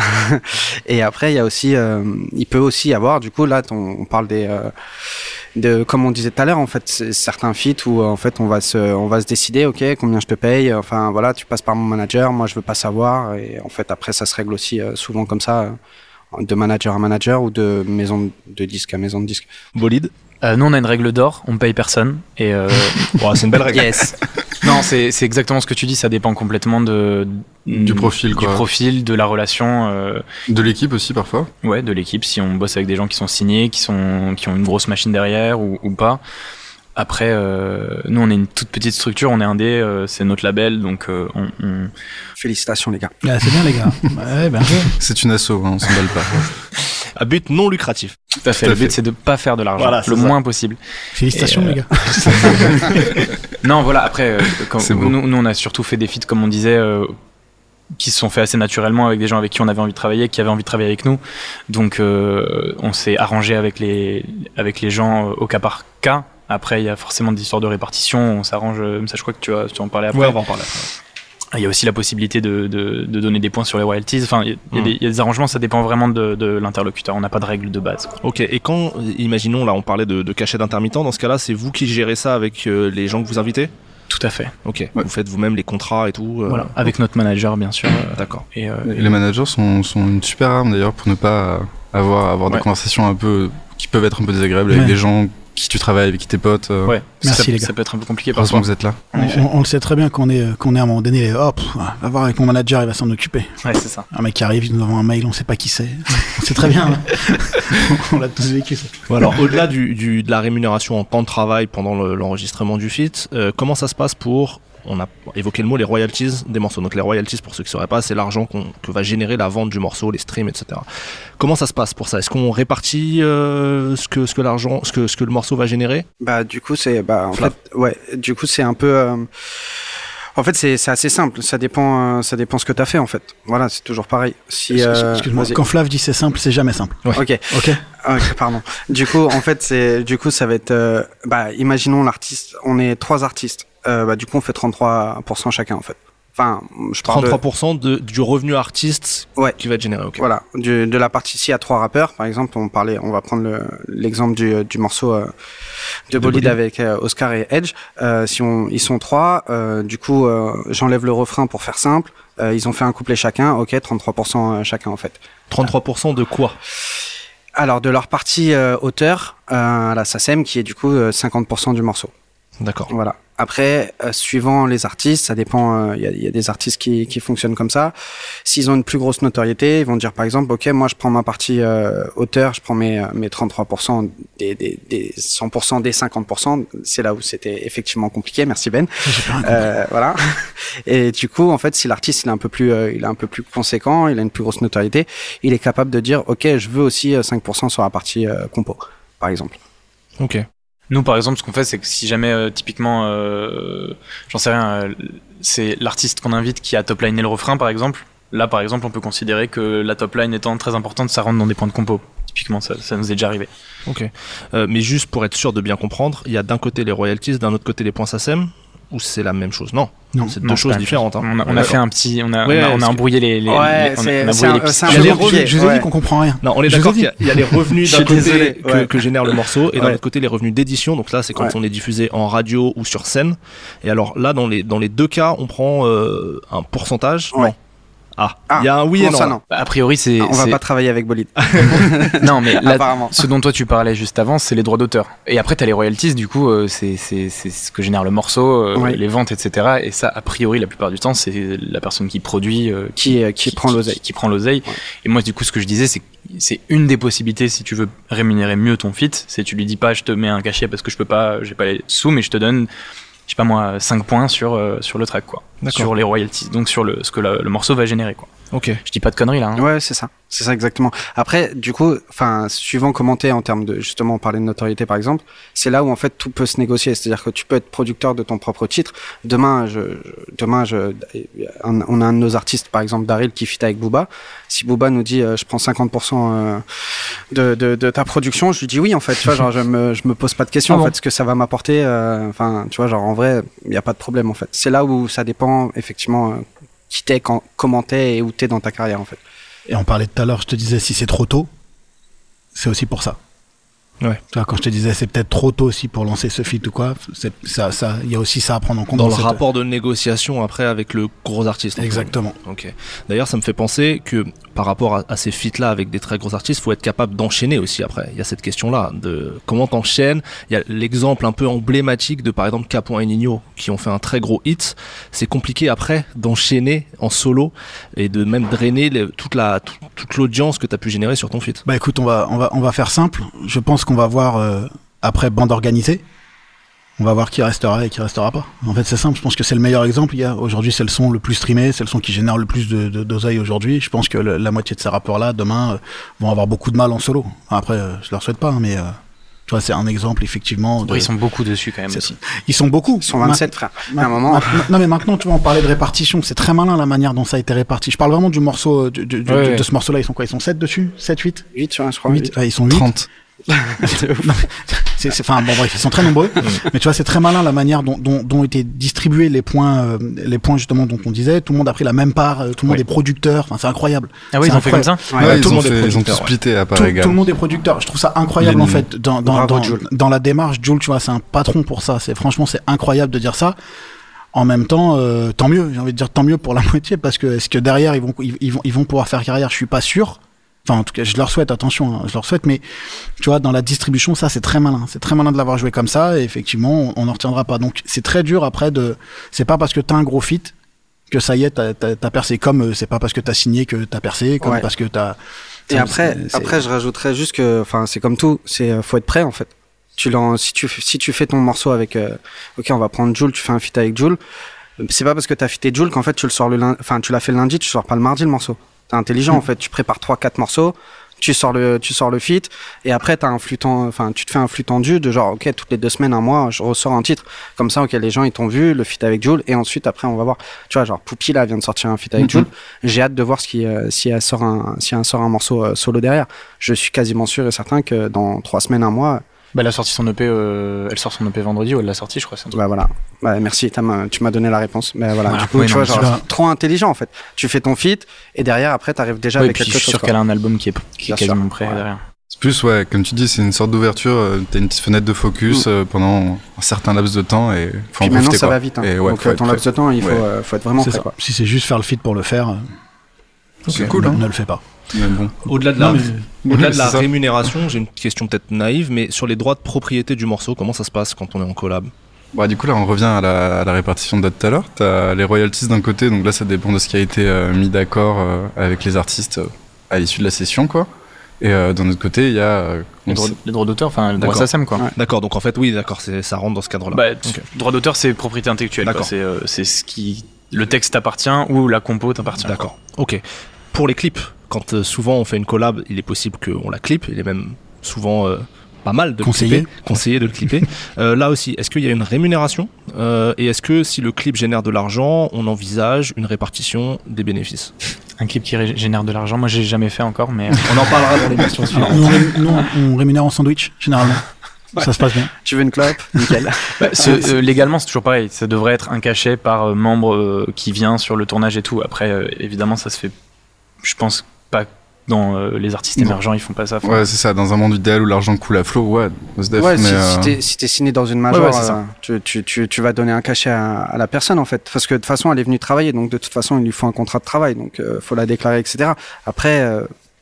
Et après il y a aussi euh, il peut aussi y avoir du coup là on, on parle des euh, de comme on disait tout à l'heure en fait certains feats où en fait on va se on va se décider ok combien je te paye, enfin voilà tu passes par mon manager, moi je veux pas savoir et en fait après ça se règle aussi euh, souvent comme ça. Euh, de manager à manager ou de maison de disque à maison de disque. Bolide. Euh, nous on a une règle d'or, on paye personne et euh... bon, c'est une belle règle. Yes. Non, c'est c'est exactement ce que tu dis, ça dépend complètement de du profil quoi. Du profil, de la relation euh... de l'équipe aussi parfois. Ouais, de l'équipe si on bosse avec des gens qui sont signés, qui sont qui ont une grosse machine derrière ou, ou pas. Après, euh, nous, on est une toute petite structure, on est indé, euh, c'est notre label, donc euh, on, on... Félicitations les gars. Ah, c'est bien les gars. Ouais, ben, c'est une asso, hein, on s'emballe pas. À but non lucratif. Tout à fait. Tout le but, fait. c'est de pas faire de l'argent, voilà, le moins ça. possible. Félicitations Et, les euh... gars. Non, voilà. Après, euh, quand, nous, nous, on a surtout fait des feats, comme on disait. Euh, qui se sont faits assez naturellement avec des gens avec qui on avait envie de travailler, qui avaient envie de travailler avec nous. Donc, euh, on s'est arrangé avec les, avec les gens au cas par cas. Après, il y a forcément des histoires de répartition, on s'arrange, ça je crois que tu vas, tu vas en parler après. Ouais, on va en parler après. Il y a aussi la possibilité de, de, de donner des points sur les royalties. Enfin, il y, a, mmh. des, il y a des arrangements, ça dépend vraiment de, de l'interlocuteur. On n'a pas de règle de base. Ok, et quand, imaginons, là on parlait de, de cachet d'intermittent, dans ce cas-là, c'est vous qui gérez ça avec euh, les gens que vous invitez ? Tout à fait. Ok, ouais. Vous faites vous-même les contrats et tout euh... Voilà, avec notre manager bien sûr. Euh, D'accord. Et, euh, et les managers sont, sont une super arme d'ailleurs pour ne pas avoir, avoir ouais. des conversations un peu qui peuvent être un peu désagréables ouais. avec des gens qui tu travailles, avec qui tes potes. Euh... Ouais, merci ça, les gars. Ça peut être un peu compliqué parfois. Heureusement que vous êtes là. On, on, on le sait très bien qu'on est, qu'on est à un moment donné, hop, oh, va voir avec mon manager, il va s'en occuper. Ouais, c'est ça. Un mec qui arrive, il nous envoie un mail, on sait pas qui c'est. C'est très bien. On l'a tous vécu ça. Bon, alors, au-delà du, du, de la rémunération en temps de travail pendant le, l'enregistrement du feat, euh, comment ça se passe pour... On a évoqué le mot les royalties des morceaux. Donc les royalties, pour ceux qui ne sauraient pas, c'est l'argent qu'on, que va générer la vente du morceau, les streams, et cetera. Comment ça se passe pour ça ? Est-ce qu'on répartit euh, ce que ce que l'argent, ce que ce que le morceau va générer ? Bah du coup c'est bah en Flav. fait ouais du coup c'est un peu euh, en fait c'est c'est assez simple. Ça dépend euh, ça dépend ce que t'as fait en fait. Voilà c'est toujours pareil. Si euh, excuse-moi vas-y. Quand Flav dit c'est simple, c'est jamais simple. Ouais. Ok ok ok pardon. Du coup en fait c'est du coup ça va être euh, bah imaginons l'artiste. On est trois artistes. Euh, bah, du coup, on fait trente-trois pour cent chacun, en fait. Enfin, je parle trente-trois pour cent de... de, du revenu artiste ouais. qui va être généré, ok. Voilà. Du, de la partie, s'il y a trois rappeurs, par exemple, on parlait, on va prendre le, l'exemple du, du morceau euh, de, de Bolide avec euh, Oscar et Edge. Euh, si on, ils sont trois, euh, du coup, euh, j'enlève le refrain pour faire simple. Euh, ils ont fait un couplet chacun, ok, trente-trois pour cent chacun, en fait. trente-trois pour cent de quoi ? Alors, de leur partie euh, auteur, euh, à la S A C E M, qui est du coup euh, cinquante pour cent du morceau. D'accord. Voilà. Après, euh, suivant les artistes, ça dépend. Il euh, y, y a des artistes qui, qui fonctionnent comme ça. S'ils ont une plus grosse notoriété, ils vont dire par exemple, ok, moi je prends ma partie euh, auteur, je prends mes mes trente-trois pour cent des, des des cent pour cent des cinquante pour cent. C'est là où c'était effectivement compliqué. Merci Ben. Euh, voilà. Et du coup, en fait, si l'artiste il est un peu plus euh, il est un peu plus conséquent, il a une plus grosse notoriété, il est capable de dire, ok, je veux aussi cinq pour cent sur la partie euh, compo, par exemple. Ok. Nous, par exemple, ce qu'on fait, c'est que si jamais, euh, typiquement, euh, j'en sais rien, euh, c'est l'artiste qu'on invite qui a top liné le refrain, par exemple. Là, par exemple, on peut considérer que la top line étant très importante, ça rentre dans des points de compo. Typiquement, ça, ça nous est déjà arrivé. Ok. Euh, mais juste pour être sûr de bien comprendre, il y a d'un côté les royalties, d'un autre côté les points S A C E M, ou c'est la même chose? Non. Non, c'est non, deux c'est choses différentes. Hein. On a, on a fait un petit, on a, ouais, on a, on a embrouillé les, les, ouais, les on a, c'est, on a c'est embrouillé un, les c'est un Je, peu je, compliqué. je vous ai ouais. dit qu'on comprend rien. Non, on est Je d'accord vous ai qu'il y a, il y a les revenus Je d'un suis côté désolé, que, ouais. que génère le morceau et d'un Ouais. autre côté les revenus d'édition. Donc là, c'est quand Ouais. on est diffusé en radio ou sur scène. Et alors là, dans les dans les deux cas, on prend euh, un pourcentage. Ouais. Non. Ah, il Ah, y a un oui et comment non. ça, là. non. Bah, a priori, c'est. On va c'est- pas travailler avec Bolide. Non, mais là, Apparemment. ce dont toi tu parlais juste avant, c'est les droits d'auteur. Et après, t'as les royalties, du coup, euh, c'est, c'est, c'est ce que génère le morceau, euh, Ouais. les ventes, et cetera. Et ça, a priori, la plupart du temps, c'est la personne qui produit, euh, Qui, euh, qui prend l'oseille. Qui, qui prend l'oseille. Ouais. Et moi, du coup, ce que je disais, c'est que c'est une des possibilités si tu veux rémunérer mieux ton feat. C'est tu lui dis pas, je te mets un cachet parce que je peux pas, j'ai pas les sous, mais je te donne, je sais pas moi, cinq points sur, euh, sur le track, quoi. D'accord. Sur les royalties. Donc sur le, ce que la- le morceau va générer, quoi. Ok. Je dis pas de conneries, là, hein. Ouais, c'est ça. C'est ça exactement. Après, du coup, enfin, suivant comment t'es en termes de, justement, on parlait de notoriété par exemple, c'est là où en fait tout peut se négocier. C'est-à-dire que tu peux être producteur de ton propre titre. Demain, je, je- demain, je, un- on a un de nos artistes, par exemple, Daryl, qui fit avec Booba. Si Booba nous dit, euh, je prends cinquante pour cent euh, de, de, de ta production, je lui dis oui, en fait. Tu vois, genre, je me, je me pose pas de questions. Ah en bon. fait, ce que ça va m'apporter. euh, Enfin, tu vois, genre, en vrai, il y a pas de problème, en fait. C'est là où ça dépend, effectivement, euh, qui t'es, quand, comment t'es et où t'es dans ta carrière, en fait. Et on parlait tout à l'heure, je te disais, si c'est trop tôt, c'est aussi pour ça. Ouais. Tu vois, quand je te disais, c'est peut-être trop tôt aussi pour lancer ce feat ou quoi, c'est, ça, ça, il y a aussi ça à prendre en compte. Dans le cette- rapport de négociation après avec le gros artiste. Exactement. Ok. D'ailleurs, ça me fait penser que par rapport à, à ces feats-là avec des très gros artistes, faut être capable d'enchaîner aussi après. Il y a cette question-là de comment t'enchaînes. Il y a l'exemple un peu emblématique de par exemple Capo et Nino qui ont fait un très gros hit. C'est compliqué après d'enchaîner en solo et de même drainer les- toute la toute, toute l'audience que t'as pu générer sur ton feat. Bah écoute, on va, on va, on va faire simple. Je pense qu'on va voir euh, après bande organisée. On va voir qui restera et qui restera pas. En fait, c'est simple. Je pense que c'est le meilleur exemple. Il y a aujourd'hui, c'est le son le plus streamé, c'est le son qui génère le plus de, de d'oseille aujourd'hui. Je pense que le- la moitié de ces rappeurs-là, demain, euh, vont avoir beaucoup de mal en solo. Après, euh, je leur souhaite pas, hein, mais euh, tu vois, c'est un exemple effectivement. De... Ils sont beaucoup dessus quand même c'est- aussi. Ils sont beaucoup. Ils sont vingt-sept, frère. Ma- À un moment. ma- non mais maintenant tu vois on parlait de répartition, c'est très malin la manière dont ça a été réparti. Je parle vraiment du morceau du, du- du- Ouais, de, ouais. de ce morceau là, ils sont quoi? Ils sont sept dessus? sept, huit? huit, je crois. huit, ouais, ils sont huit. trente. C'est, c'est, enfin bon bref, ils sont très nombreux. Mais tu vois, c'est très malin la manière dont, dont, dont étaient distribués les points, euh, les points justement dont on disait. Tout le monde a pris la même part, euh, tout le monde Oui. est producteur. Enfin, c'est incroyable. Ah oui, C'est ils ont fait comme incroyable. ça? Ouais, Ouais, tout ils, le ont monde est fait, ils ont producteur, tous ouais. splitté à part Tout, égale. tout le monde est producteur. Je trouve ça incroyable Les en nuls. fait dans dans Bravo, dans, Jul. dans la démarche. Jules, tu vois, c'est un patron pour ça. C'est franchement c'est incroyable de dire ça. En même temps, euh, tant mieux. J'ai envie de dire tant mieux pour la moitié parce que est-ce que derrière ils vont ils, ils vont ils vont pouvoir faire carrière? Je suis pas sûr. Enfin, en tout cas, je leur souhaite, attention, hein, je leur souhaite, mais tu vois, dans la distribution, ça, c'est très malin. C'est très malin de l'avoir joué comme ça, et effectivement, on n'en retiendra pas. Donc, c'est très dur après de. C'est pas parce que t'as un gros feat que ça y est, t'as, t'as, t'as percé. Comme euh, c'est pas parce que t'as signé que t'as percé, comme Ouais. parce que t'as. Et ça, après, c'est- c'est- après, je rajouterais juste que, enfin, c'est comme tout, c'est euh, faut être prêt en fait. Tu l'en, si tu si tu fais ton morceau avec, euh, ok, on va prendre Jul, tu fais un feat avec Jul. C'est pas parce que t'as fité Jul qu'en fait tu le sors le lundi, enfin tu l'as fait le lundi, tu sors pas le mardi le morceau. T'es intelligent Mm. en fait, tu prépares trois quatre morceaux, tu sors le tu sors le feat et après t'as un flux ten- enfin tu te fais un flux tendu de genre ok toutes les deux semaines un mois je ressors un titre comme ça ok les gens ils t'ont vu le feat avec Jul et ensuite après on va voir tu vois genre Poupi là vient de sortir un feat avec Mhm. Jul, j'ai hâte de voir ce qui euh, si elle sort un si elle sort un morceau euh, solo derrière. Je suis quasiment sûr et certain que dans trois semaines un mois Bah, elle a sorti son E P, euh, elle sort son E P vendredi ou elle l'a sorti, je crois. C'est un truc. bah voilà. Bah, merci, t'as ma- tu m'as donné la réponse. Mais voilà, Voilà. du coup, Oui, tu non, vois, mais genre, c'est trop intelligent en fait. Tu fais ton feat et derrière après t'arrives déjà Ouais, et avec puis je quelque suis chose. sûr quoi. qu'elle a un album qui est, qui Bien est quasiment sûr. prêt Ouais. derrière. C'est plus, ouais, comme tu dis, c'est une sorte d'ouverture. euh, T'as une petite fenêtre de focus Mm. euh, pendant un certain laps de temps et faut Puis en maintenant profiter. ça quoi. va vite. Hein. Et ouais, Donc faut euh, être ton prêt. laps de temps, il faut, Ouais. euh, faut être vraiment c'est prêt. ça. Quoi. Si c'est juste faire le feat pour le faire, euh, C'est cool, hein. ne le fais pas. Mais bon. Au-delà de la, Non, mais- au-delà de c'est la ça. rémunération, j'ai une question peut-être naïve, mais sur les droits de propriété du morceau, comment ça se passe quand on est en collab? Bah, du coup, là, on revient à la, à la répartition de date tout à l'heure. T'as les royalties d'un côté, donc là, ça dépend de ce qui a été euh, mis d'accord euh, avec les artistes euh, à l'issue de la session, quoi. Et euh, d'un autre côté, il y a euh, les, droits, les droits d'auteur, enfin le droit S A C E M, quoi. Ouais. D'accord, donc en fait, oui, d'accord, c'est, ça rentre dans ce cadre-là. Bah, okay. Droit d'auteur, c'est propriété intellectuelle. Quoi. C'est, euh, c'est ce qui, le texte t'appartient ou la compo t'appartient. D'accord. Ok. Pour les clips, quand euh, souvent on fait une collab, il est possible qu'on la clippe. Il est même souvent euh, pas mal de conseiller. le clipper, conseiller de le clipper. euh, là aussi, est-ce qu'il y a une rémunération euh, et est-ce que si le clip génère de l'argent, on envisage une répartition des bénéfices? Un clip qui ré- génère de l'argent, moi j'ai jamais fait encore, mais on en parlera dans l'émission suivante. Nous, nous, on rémunère en sandwich généralement. Ouais. Ça se passe bien. Tu veux une clope? Nickel. bah, c'est, euh, légalement, c'est toujours pareil. Ça devrait être un cachet par euh, membre euh, qui vient sur le tournage et tout. Après, euh, évidemment, ça se fait. Je pense pas dans euh, les artistes non. émergents, ils font pas ça. Fin... Ouais, c'est ça. Dans un monde idéal où l'argent coule à flot, ouais. Def, ouais, mais si, euh... si, t'es, si t'es signé dans une major, ouais, ouais, euh, tu, tu, tu, tu vas donner un cachet à, à la personne en fait, parce que de toute façon, elle est venue travailler, donc de toute façon, il lui faut un contrat de travail, donc euh, faut la déclarer, et cetera. Après. Euh,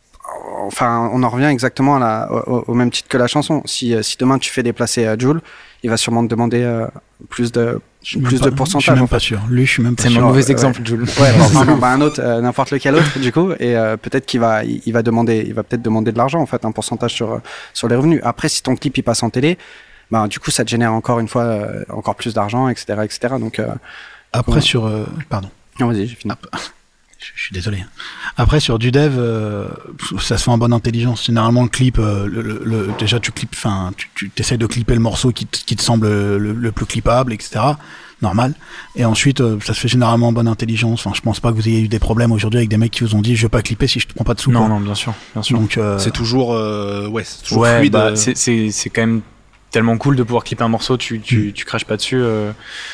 Enfin, on en revient exactement à la, au, au même titre que la chanson. Si, si demain tu fais déplacer euh, Jul, il va sûrement te demander euh, plus de plus pas, de pourcentage. Je suis même en pas fait. sûr. Lui, je suis même pas c'est sûr. C'est mon mauvais euh, exemple, ouais. Jul. Ouais, bon, enfin, bah, un autre, euh, n'importe lequel autre, du coup, et euh, peut-être qu'il va, il, il va demander, il va peut-être demander de l'argent, en fait, un pourcentage sur sur les revenus. Après, si ton clip il passe en télé, bah du coup, ça te génère encore une fois euh, encore plus d'argent, et cetera, et cetera. Donc euh, après donc, sur, euh, pardon. Non, vas-y, j'ai fini. Ah, je suis désolé. Après sur du dev, euh, ça se fait en bonne intelligence. Généralement le clip, euh, le, le, le, déjà tu clips, enfin tu, tu essaies de clipper le morceau qui te, qui te semble le, le plus clippable, et cetera. Normal. Et ensuite euh, ça se fait généralement en bonne intelligence. Enfin je pense pas que vous ayez eu des problèmes aujourd'hui avec des mecs qui vous ont dit je vais pas clipper si je te prends pas de sous. Non quoi. non bien sûr, bien sûr. Donc euh... c'est toujours euh, ouais c'est toujours ouais, fluide. Bah, c'est, c'est c'est quand même tellement cool de pouvoir clipper un morceau. Tu tu mm. tu craches pas dessus. Euh...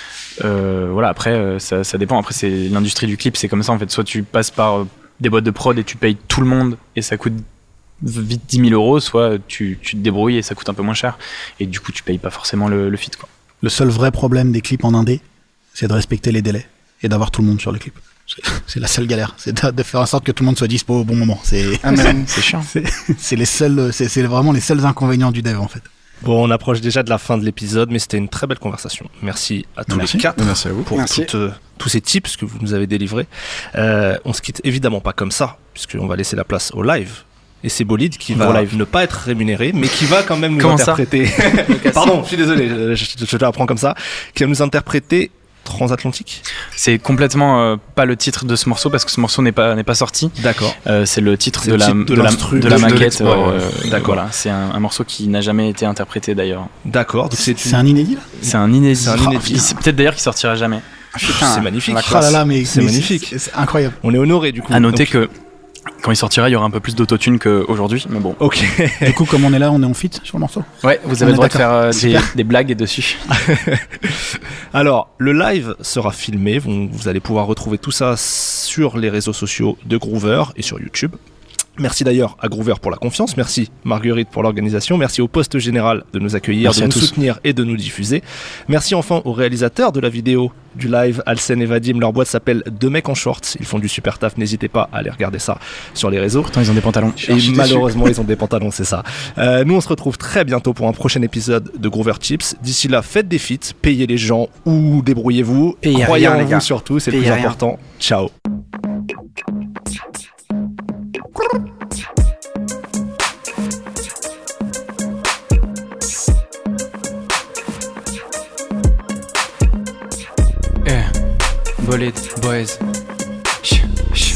Euh, voilà, après euh, ça, ça dépend. Après c'est l'industrie du clip, c'est comme ça en fait. Soit tu passes par euh, des boîtes de prod et tu payes tout le monde et ça coûte vite dix mille euros, soit tu, tu te débrouilles et ça coûte un peu moins cher et du coup tu payes pas forcément le, le feat quoi. Le seul vrai problème des clips en indé, c'est de respecter les délais et d'avoir tout le monde sur le clip. C'est, c'est la seule galère, c'est de, de faire en sorte que tout le monde soit dispo au bon moment. C'est, ah, c'est, c'est chiant. C'est, c'est les seuls, c'est, c'est vraiment les seuls inconvénients du dev en fait. Bon, on approche déjà de la fin de l'épisode, mais c'était une très belle conversation. Merci à tous Merci. les quatre Merci à vous. pour Merci. toutes, euh, tous ces tips que vous nous avez délivrés. Euh, on se quitte évidemment pas comme ça, puisqu'on va laisser la place au live. Et c'est Bolide qui va live. ne pas être rémunéré, mais qui va quand même nous Comment interpréter. Pardon, je suis désolé, je, je, je te l'apprends comme ça. Qui va nous interpréter Transatlantique. C'est complètement euh, pas le titre de ce morceau parce que ce morceau n'est pas n'est pas sorti. D'accord. Euh, c'est le titre, c'est de, le la, titre de, de, la, de, de la de maquette. de euh, D'accord. Voilà, c'est un, un morceau qui n'a jamais été interprété d'ailleurs. D'accord. Donc c'est, c'est un inédit là. C'est un inédit. C'est un inédit. Oh, c'est peut-être d'ailleurs qu'il sortira jamais. Putain, c'est magnifique. Ah là là, mais c'est mais magnifique. C'est, c'est incroyable. On est honoré du coup. À noter Donc, que quand il sortira, il y aura un peu plus d'autotune qu'aujourd'hui, mais bon. Ok. Du coup, comme on est là, on est en feat sur le morceau. Ouais, vous On avez est le droit de d'accord. faire euh, des, Super. des blagues dessus. Alors, le live sera filmé. Vous, vous allez pouvoir retrouver tout ça sur les réseaux sociaux de Groover et sur YouTube. Merci d'ailleurs à Groover pour la confiance, merci Marguerite pour l'organisation, merci au poste général de nous accueillir, Merci de à nous tous. soutenir et de nous diffuser. Merci enfin aux réalisateurs de la vidéo du live, Alcen et Vadim, leur boîte s'appelle Deux mecs en shorts, ils font du super taf, n'hésitez pas à aller regarder ça sur les réseaux. Pourtant, ils ont des pantalons. Et malheureusement, ils ont des pantalons, c'est ça. Euh, nous, on se retrouve très bientôt pour un prochain épisode de Groover Chips. D'ici là, faites des feats, payez les gens ou débrouillez-vous. Payez Croyez rien, en les vous gars. surtout, c'est le Payez plus rien. important. Ciao. Eh, Bolide, boys. Ch, ch.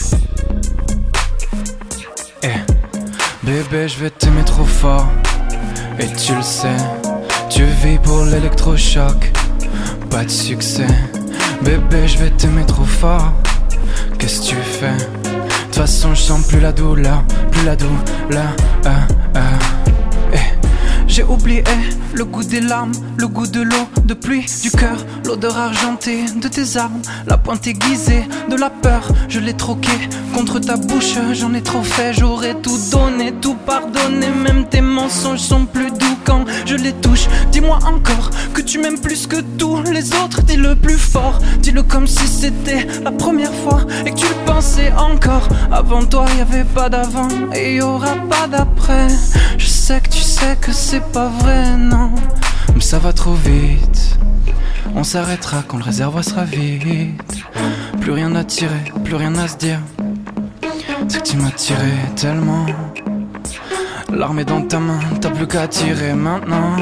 Eh, bébé, je vais t'aimer trop fort. Et tu le sais, tu vis pour l'électrochoc. Pas de succès. Bébé, je vais t'aimer trop fort. Qu'est-ce que tu fais? De toute façon, je sens plus la douleur, plus la douleur. Ah, ah. Eh. J'ai oublié le goût des larmes, le goût de l'eau, de pluie, du cœur, l'odeur argentée de tes armes, la pointe aiguisée de la peur. Je l'ai troqué contre ta bouche, j'en ai trop fait, j'aurais tout donné, tout pardonné. Même tes mensonges sont plus doux quand je les touche. Dis-moi encore que tu m'aimes plus que tous les autres, dis-le plus fort, dis-le comme si c'était la première fois et que tu le pensais encore. Avant toi, y avait pas d'avant et y aura pas d'après. Je sais que tu sais que c'est pas vrai, non, mais ça va trop vite. On s'arrêtera quand le réservoir sera vide. Plus rien à tirer, plus rien à se dire. C'est que tu m'as tiré tellement. L'arme est dans ta main, t'as plus qu'à tirer maintenant.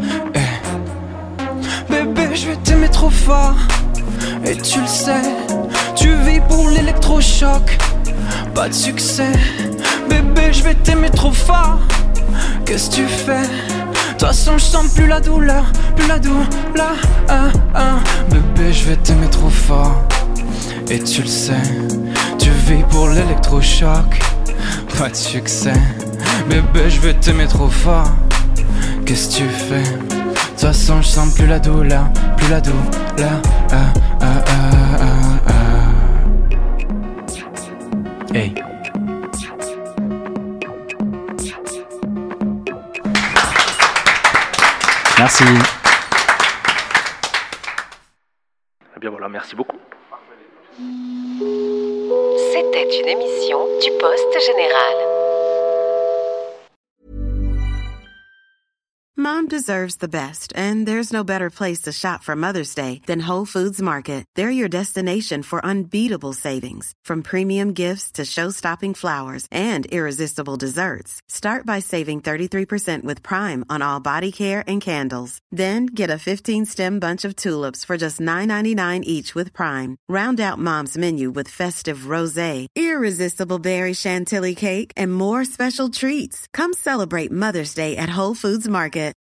Eh. Bébé, je vais t'aimer trop fort. Et tu le sais, tu vis pour l'électrochoc. Pas de succès. Bébé, je vais t'aimer trop fort. Qu'est-ce que tu fais? De toute façon, je sens plus la douleur, plus la douleur. Ah, ah. Bébé, je vais t'aimer trop fort. Et tu le sais, tu vis pour l'électrochoc. Pas de succès. Bébé, je vais t'aimer trop fort. Qu'est-ce que tu fais? De toute façon, je sens plus la douleur, plus la douleur. Ah, ah, ah, ah, ah. Hey. Merci. Eh bien voilà, merci beaucoup. C'était une émission du Poste Général. Mom deserves the best, and there's no better place to shop for Mother's Day than Whole Foods Market. They're your destination for unbeatable savings, from premium gifts to show-stopping flowers and irresistible desserts. Start by saving thirty-three percent with Prime on all body care and candles. Then get a fifteen-stem bunch of tulips for just nine ninety-nine each with Prime. Round out Mom's menu with festive rosé, irresistible berry chantilly cake, and more special treats. Come celebrate Mother's Day at Whole Foods Market.